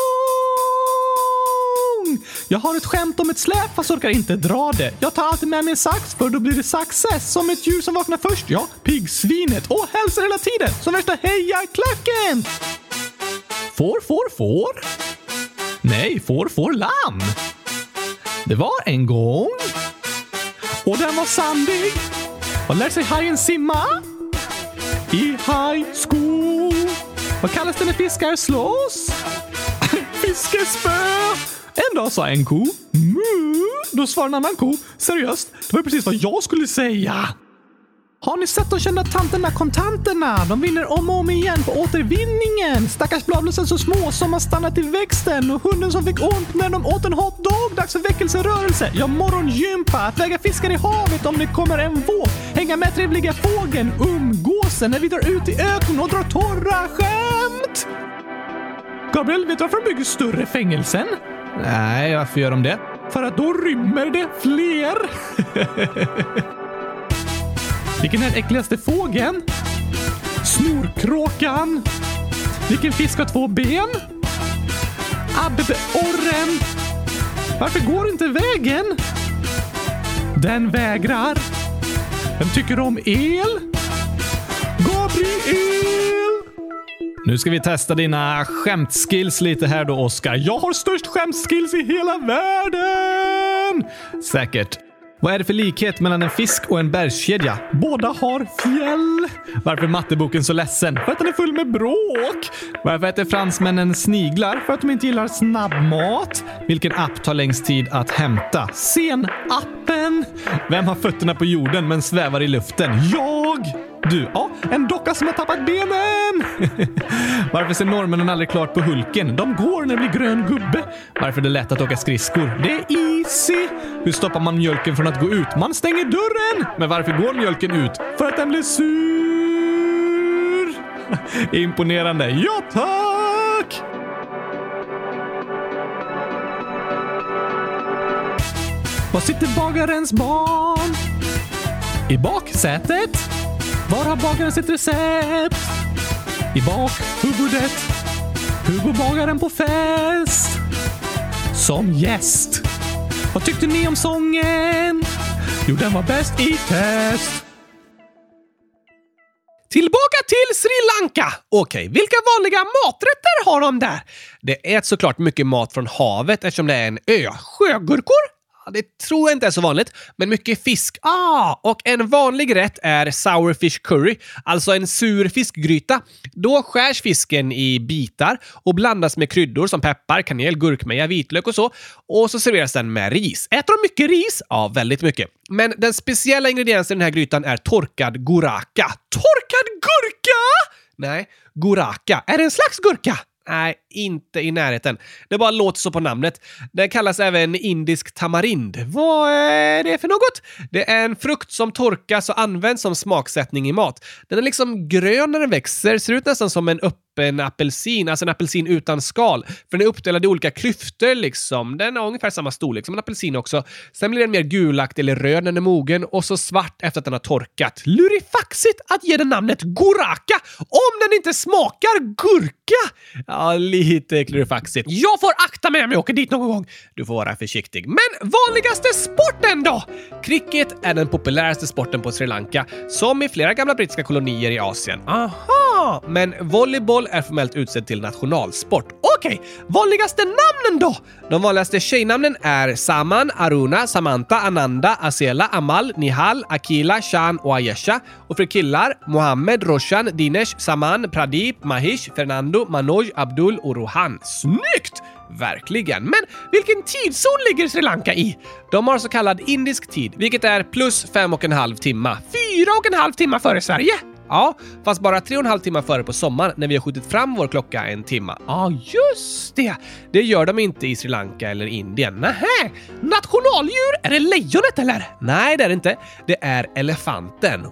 Jag har ett skämt om ett släp fast orkar inte dra det. Jag tar alltid med mig en sax, för då blir det success. Som ett djur som vaknar först, ja, piggsvinet. Och hälsar hela tiden, som värsta heja-klacken! Får, får, får? Nej, får, får, lamm. Det var en gång. Och den var sandig. Vad lär sig hajen simma? I high school. Vad kallas det när fiskar slåss? Fiskespö. En dag sa en ko. Mu. Då svarade en annan ko. Seriöst, det var precis vad jag skulle säga. Har ni sett de kända tanterna kontanterna? De vinner om och om igen på återvinningen. Stackars bladlösen så små som har stannat i växten. Och hunden som fick ont när de åt en hotdog. Dags för väckelserörelse. Ja, morgongympa. Att väga fiskar i havet om det kommer en våg. Hänga med trevliga fågeln. Umgåsen när vi drar ut i öknen och drar torra skämt. Gabriel, vet du varför de bygger större fängelsen? Nej, varför gör de det? För att då rymmer det fler. Vilken är den äckligaste fågeln? Snorkråkan. Vilken fisk har två ben? Abborren. Varför går inte vägen? Den vägrar. Den tycker om el. Gabriel. Nu ska vi testa dina skämtskills lite här då, Oskar. Jag har störst skämtskills i hela världen. Säkert. Vad är det för likhet mellan en fisk och en bergskedja? Båda har fjäll. Varför är matteboken så ledsen? För att den är full med bråk. Varför äter fransmännen sniglar? För att de inte gillar snabbmat. Vilken app tar längst tid att hämta? Sen-appen. Vem har fötterna på jorden men svävar i luften? Jag! Du, ja, en docka som har tappat benen. Varför ser norrmännen aldrig klart på Hulken? De går när det blir grön gubbe. Varför är det lätt att åka skridskor? Det är easy. Hur stoppar man mjölken från att gå ut? Man stänger dörren. Men varför går mjölken ut? För att den blir sur. Imponerande. Ja, tack! Var sitter bagarens barn? I baksätet. Var har bagaren sitt recept? I bakhuvudet. Hur går bagaren på fest? Som gäst. Vad tyckte ni om sången? Jo, den var bäst i test. Tillbaka till Sri Lanka. Okej, vilka vanliga maträtter har de där? Det äts såklart mycket mat från havet eftersom det är en ö. Sjögurkor? Det tror jag inte är så vanligt, men mycket fisk. Ah, och en vanlig rätt är sour fish curry, alltså en sur fiskgryta. Då skärs fisken i bitar och blandas med kryddor som peppar, kanel, gurkmeja, vitlök och så. Och så serveras den med ris. Äter de mycket ris? Ja, väldigt mycket. Men den speciella ingrediensen i den här grytan är torkad guraka. Torkad gurka? Nej, guraka. Är det en slags gurka? Nej, inte i närheten. Det bara låter så på namnet. Den kallas även indisk tamarind. Vad är det för något? Det är en frukt som torkas och används som smaksättning i mat. Den är liksom grön när den växer, ser ut nästan som en öppen apelsin, alltså en apelsin utan skal. För den är uppdelad i olika klyftor liksom. Den har ungefär samma storlek som en apelsin också. Sen blir den mer gulaktig eller röd när den är mogen och så svart efter att den har torkat. Lurifaxigt att ge den namnet goraka om den inte smakar gurka. Ja, lite klurifaxigt. Jag får akta mig om jag åker dit någon gång. Du får vara försiktig. Men vanligaste sporten då? Cricket är den populäraste sporten på Sri Lanka, som i flera gamla brittiska kolonier i Asien. Aha! Men volleyboll är formellt utsedd till nationalsport. Okej, okay. Vanligaste namnen då? De vanligaste tjejnamnen är Saman, Aruna, Samantha, Ananda, Asela, Amal, Nihal, Akila, Shan och Ayesha. Och för killar, Mohammed, Roshan, Dinesh, Saman, Pradeep, Mahish, Fernando, Manoj, Abdul och Rohan. Snyggt! Verkligen. Men vilken tidszon ligger Sri Lanka i? De har så kallad indisk tid, vilket är plus fem och en halv timma. Fyra och en halv timma före Sverige? Ja, fast bara tre och en halv timme före på sommaren när vi har skjutit fram vår klocka en timma. Ja, just det. Det gör de inte i Sri Lanka eller Indien. Nähä. Nationaldjur? Är det lejonet eller? Nej, det är det inte. Det är elefanten.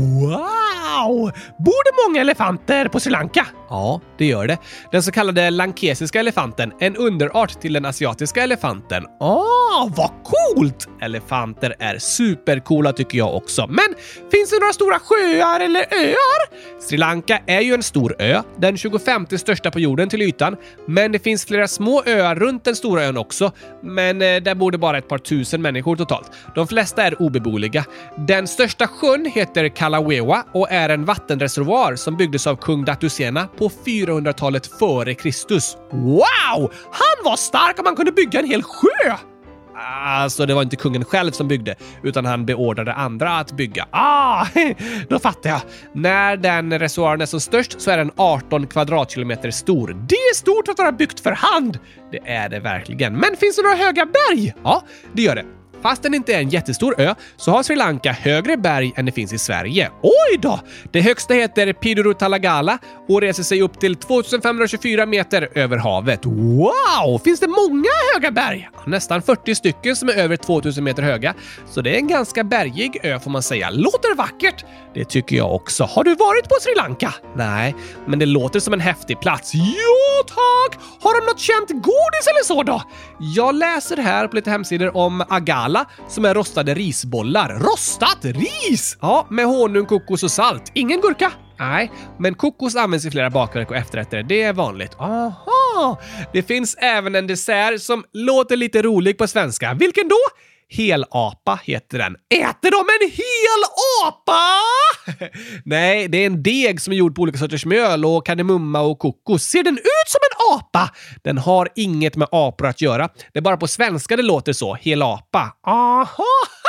Wow! Bor det många elefanter på Sri Lanka? Ja, det gör det. Den så kallade lankesiska elefanten, en underart till den asiatiska elefanten. Ah, vad coolt! Elefanter är supercoola tycker jag också. Men finns det några stora sjöar eller öar? Sri Lanka är ju en stor ö, den tjugofemte största på jorden till ytan, men det finns flera små öar runt den stora ön också, men eh, där bor det bara ett par tusen människor totalt. De flesta är obeboeliga. Den största sjön heter Kalawewa och är en vattenreservoar som byggdes av kung Datusena på fyrahundratalet före Kristus. Wow! Han var stark om man kunde bygga en hel sjö! Alltså, det var inte kungen själv som byggde, utan han beordrade andra att bygga. Ah, då fattar jag. När den reservoaren är som störst så är den arton kvadratkilometer stor. Det är stort att vara byggt för hand. Det är det verkligen. Men finns det några höga berg? Ja, det gör det. Fast den inte är en jättestor ö så har Sri Lanka högre berg än det finns i Sverige. Oj då! Det högsta heter Pidurutalagala och reser sig upp till tvåtusenfemhundratjugofyra meter över havet. Wow! Finns det många höga berg? Nästan fyrtio stycken som är över tvåtusen meter höga. Så det är en ganska bergig ö får man säga. Låter vackert? Det tycker jag också. Har du varit på Sri Lanka? Nej, men det låter som en häftig plats. Jo tack! Har de något känt godis eller så då? Jag läser här på lite hemsidor om agala som är rostade risbollar. Rostat ris? Ja, med honung, kokos och salt. Ingen gurka? Nej, men kokos används i flera bakverk och efterrätter. Det är vanligt. Aha! Det finns även en dessert som låter lite rolig på svenska. Vilken då? Helapa heter den. Äter de en hel apa? Nej, det är en deg som är gjord på olika sorters mjöl och kardemumma och kokos. Ser den ut som en apa? Den har inget med apor att göra. Det är bara på svenska det låter så. Helapa. Aha!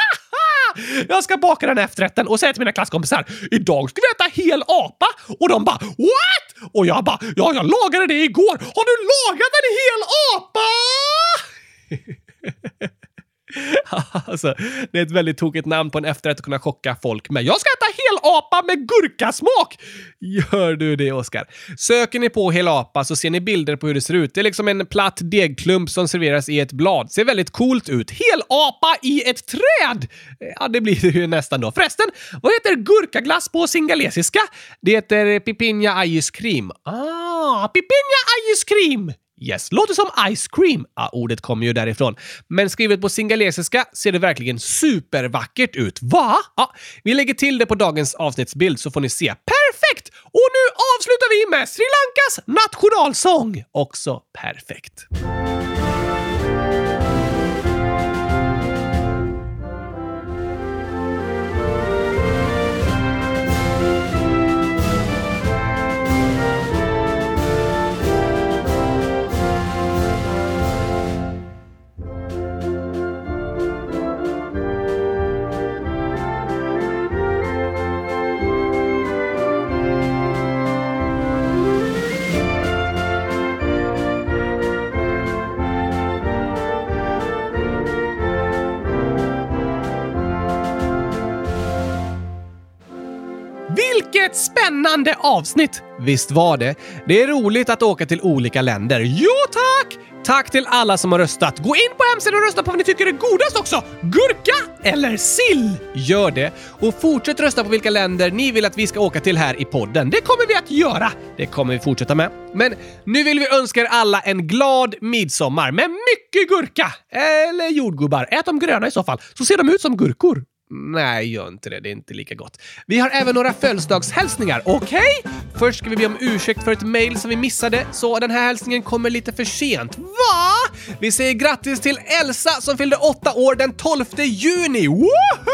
Jag ska baka den efterrätten och säga till mina klasskompisar: idag ska vi äta hel apa. Och de bara, what? Och jag bara, ja, jag lagade det igår. Har du lagat en hel apa? Alltså, det är ett väldigt tokigt namn på en efterrätt att kunna chocka folk med. Jag ska äta hel apa med gurkasmak! Gör du det, Oskar? Söker ni på hel apa så ser ni bilder på hur det ser ut. Det är liksom en platt degklump som serveras i ett blad. Ser väldigt coolt ut. Hel apa i ett träd! Ja, det blir det ju nästan då. Förresten, vad heter gurkaglass på singalesiska? Det heter pipinya ice cream. Ah, pipinya ice cream! Yes, låter som ice cream. Ja, ordet kommer ju därifrån. Men skrivet på singalesiska ser det verkligen supervackert ut. Va? Ja, vi lägger till det på dagens avsnittsbild så får ni se. Perfekt! Och nu avslutar vi med Sri Lankas nationalsång. Också perfekt. Vilket spännande avsnitt! Visst var det. Det är roligt att åka till olika länder. Jo tack! Tack till alla som har röstat. Gå in på hemsidan och rösta på vad ni tycker är godast också. Gurka eller sill? Gör det. Och fortsätt rösta på vilka länder ni vill att vi ska åka till här i podden. Det kommer vi att göra. Det kommer vi fortsätta med. Men nu vill vi önska er alla en glad midsommar med mycket gurka. Eller jordgubbar. Ät de gröna i så fall. Så ser de ut som gurkor. Nej, gör inte det. Det är inte lika gott. Vi har även några födelsedagshälsningar, okej? Okay? Först ska vi be om ursäkt för ett mejl som vi missade, så den här hälsningen kommer lite för sent. Va? Vi säger grattis till Elsa som fyllde åtta år den tolfte juni. Woho!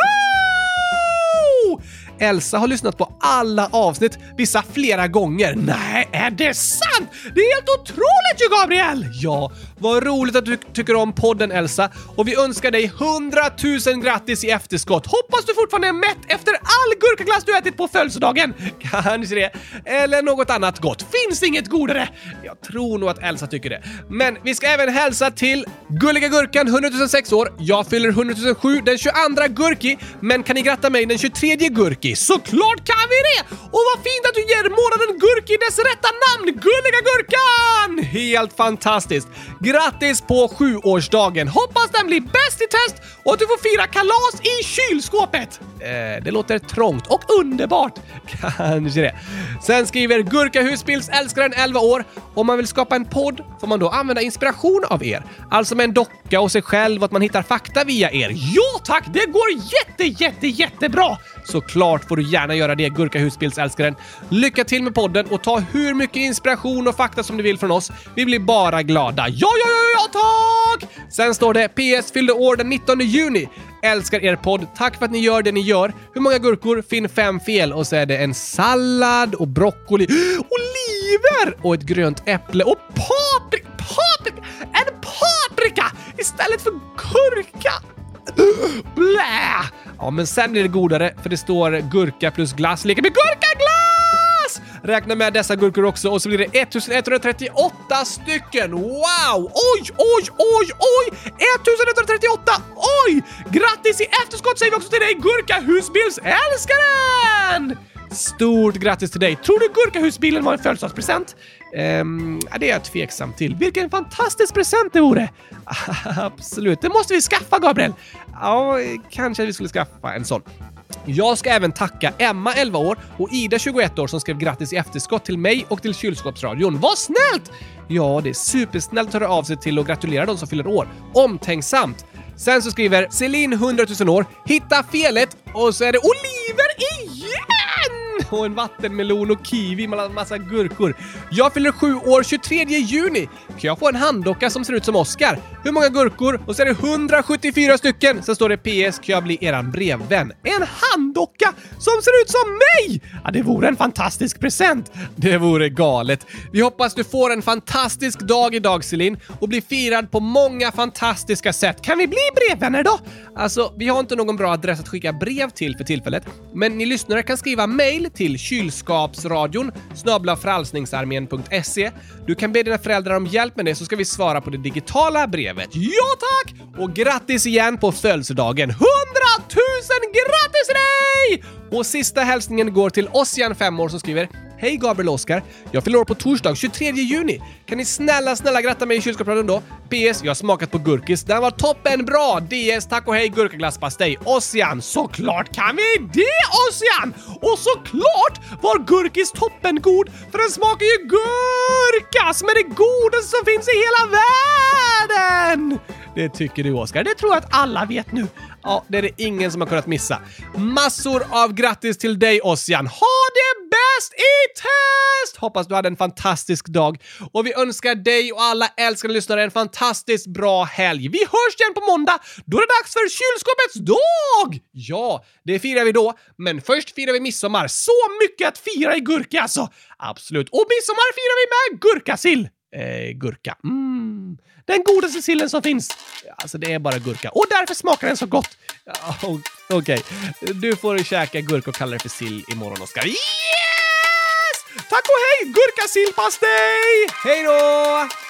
Elsa har lyssnat på alla avsnitt, vissa flera gånger. Nej, är det sant? Det är helt otroligt ju, Gabriel! Ja, vad roligt att du tycker om podden, Elsa. Och vi önskar dig hundratusen grattis i efterskott. Hoppas du fortfarande är mätt efter all gurkaglass du ätit på födelsedagen. Kanske det. Eller något annat gott. Finns inget godare. Jag tror nog att Elsa tycker det. Men vi ska även hälsa till Gulliga Gurkan, hundratusen sex år. Jag fyller hundratusen sju den tjugoandra Gurki. Men kan ni gratta mig den tjugotredje Gurki? Såklart kan vi det! Och vad fint att du ger månaden Gurki dess rätta namn, Gulliga Gurkan! Helt fantastiskt! Grattis på sjuårsdagen! Hoppas den blir bäst i test och att du får fira kalas i kylskåpet! Eh, det låter trångt och underbart. Kanske det. Sen skriver Gurkahusbilds älskaren elva år. Om man vill skapa en podd får man då använda inspiration av er. Alltså med en docka och sig själv och att man hittar fakta via er. Ja tack, det går jätte, jätte, jättebra! Såklart får du gärna göra det, Gurkahusbilds älskaren. Lycka till med podden och ta hur mycket inspiration och fakta som du vill från oss. Vi blir bara glada. Ja, ja, ja, ja, tack! Sen står det P S fyllde år den nittonde juni. Älskar er podd. Tack för att ni gör det ni gör. Hur många gurkor? Finn fem fel. Och så är det en sallad och broccoli. Oliver! Och ett grönt äpple. Och paprika. Paprika. En paprika! Istället för gurka. Blä! Ja, men sen blir det godare. För det står gurka plus glass lika med gurkaglass! Räkna med dessa gurkor också. Och så blir det ettusenetthundratrettioåtta stycken. Wow! Oj, oj, oj, oj! ettusenetthundratrettioåtta! Oj! Grattis i efterskott säger vi också till dig, Gurkahusbilds älskaren! Stort grattis till dig. Tror du Gurkahusbilen var en födelsedagspresent? Um, ja, det är jag tveksam till. Vilken fantastisk present det vore. Absolut, det måste vi skaffa, Gabriel. Ja, kanske vi skulle skaffa en sån. Jag ska även tacka Emma, elva år, och Ida, tjugoett år, som skrev grattis i efterskott till mig och till Kylskåpsradion. Vad snällt! Ja, det är supersnällt att höra av sig till och gratulera de som fyller år. Omtänksamt. Sen så skriver Celine, hundratusen år, hitta felet, och så är det Oliver igen! Och en vattenmelon och kiwi med en massa gurkor. Jag fyller sju år tjugotredje juni. Kan jag få en handdocka som ser ut som Oscar? Hur många gurkor? Och så är det hundrasjuttiofyra stycken. Sen står det P S, kan jag bli eran brevvän? En handdocka som ser ut som mig! Ja, det vore en fantastisk present. Det vore galet. Vi hoppas du får en fantastisk dag idag, Celine, och blir firad på många fantastiska sätt. Kan vi bli brevvänner då? Alltså, vi har inte någon bra adress att skicka brev till för tillfället, men ni lyssnare kan skriva mejl till kylskapsradion snabel-a frälsningsarmén punkt se. Du kan be dina föräldrar om hjälp med det, så ska vi svara på det digitala brevet. Ja tack! Och grattis igen på födelsedagen. Hundratusen grattis till dig! Och sista hälsningen går till Ossian, fem år, som skriver: Hej Gabriel och Oskar, jag fyller år på torsdag tjugotredje juni. Kan ni snälla, snälla gratta mig i kylskåpsradion då? P S, jag har smakat på gurkis. Den var toppen bra. D S, tack och hej gurkaglasspastej. Ossian, såklart kan vi det, Ossian! Och såklart var gurkis toppen god, för den smakar ju gurka som är det godaste som finns i hela världen. Det tycker du, Oskar. Det tror jag att alla vet nu. Ja, det är det ingen som har kunnat missa. Massor av grattis till dig, Ossian. Ha det bäst i test! Hoppas du hade en fantastisk dag. Och vi önskar dig och alla älskade lyssnare en fantastiskt bra helg. Vi hörs igen på måndag. Då är det dags för kylskåpets dag! Ja, det firar vi då. Men först firar vi midsommar. Så mycket att fira i gurka, alltså. Absolut. Och midsommar firar vi med gurkasill. Eh, gurka. Mm. Den godaste sillen som finns. Alltså det är bara gurka. Och därför smakar den så gott. Ja, Okej. Okay. Du får käka gurka och kalla det för sill imorgon, Oskar. Yes! Tack och hej! Gurkasillpastej! Hej då!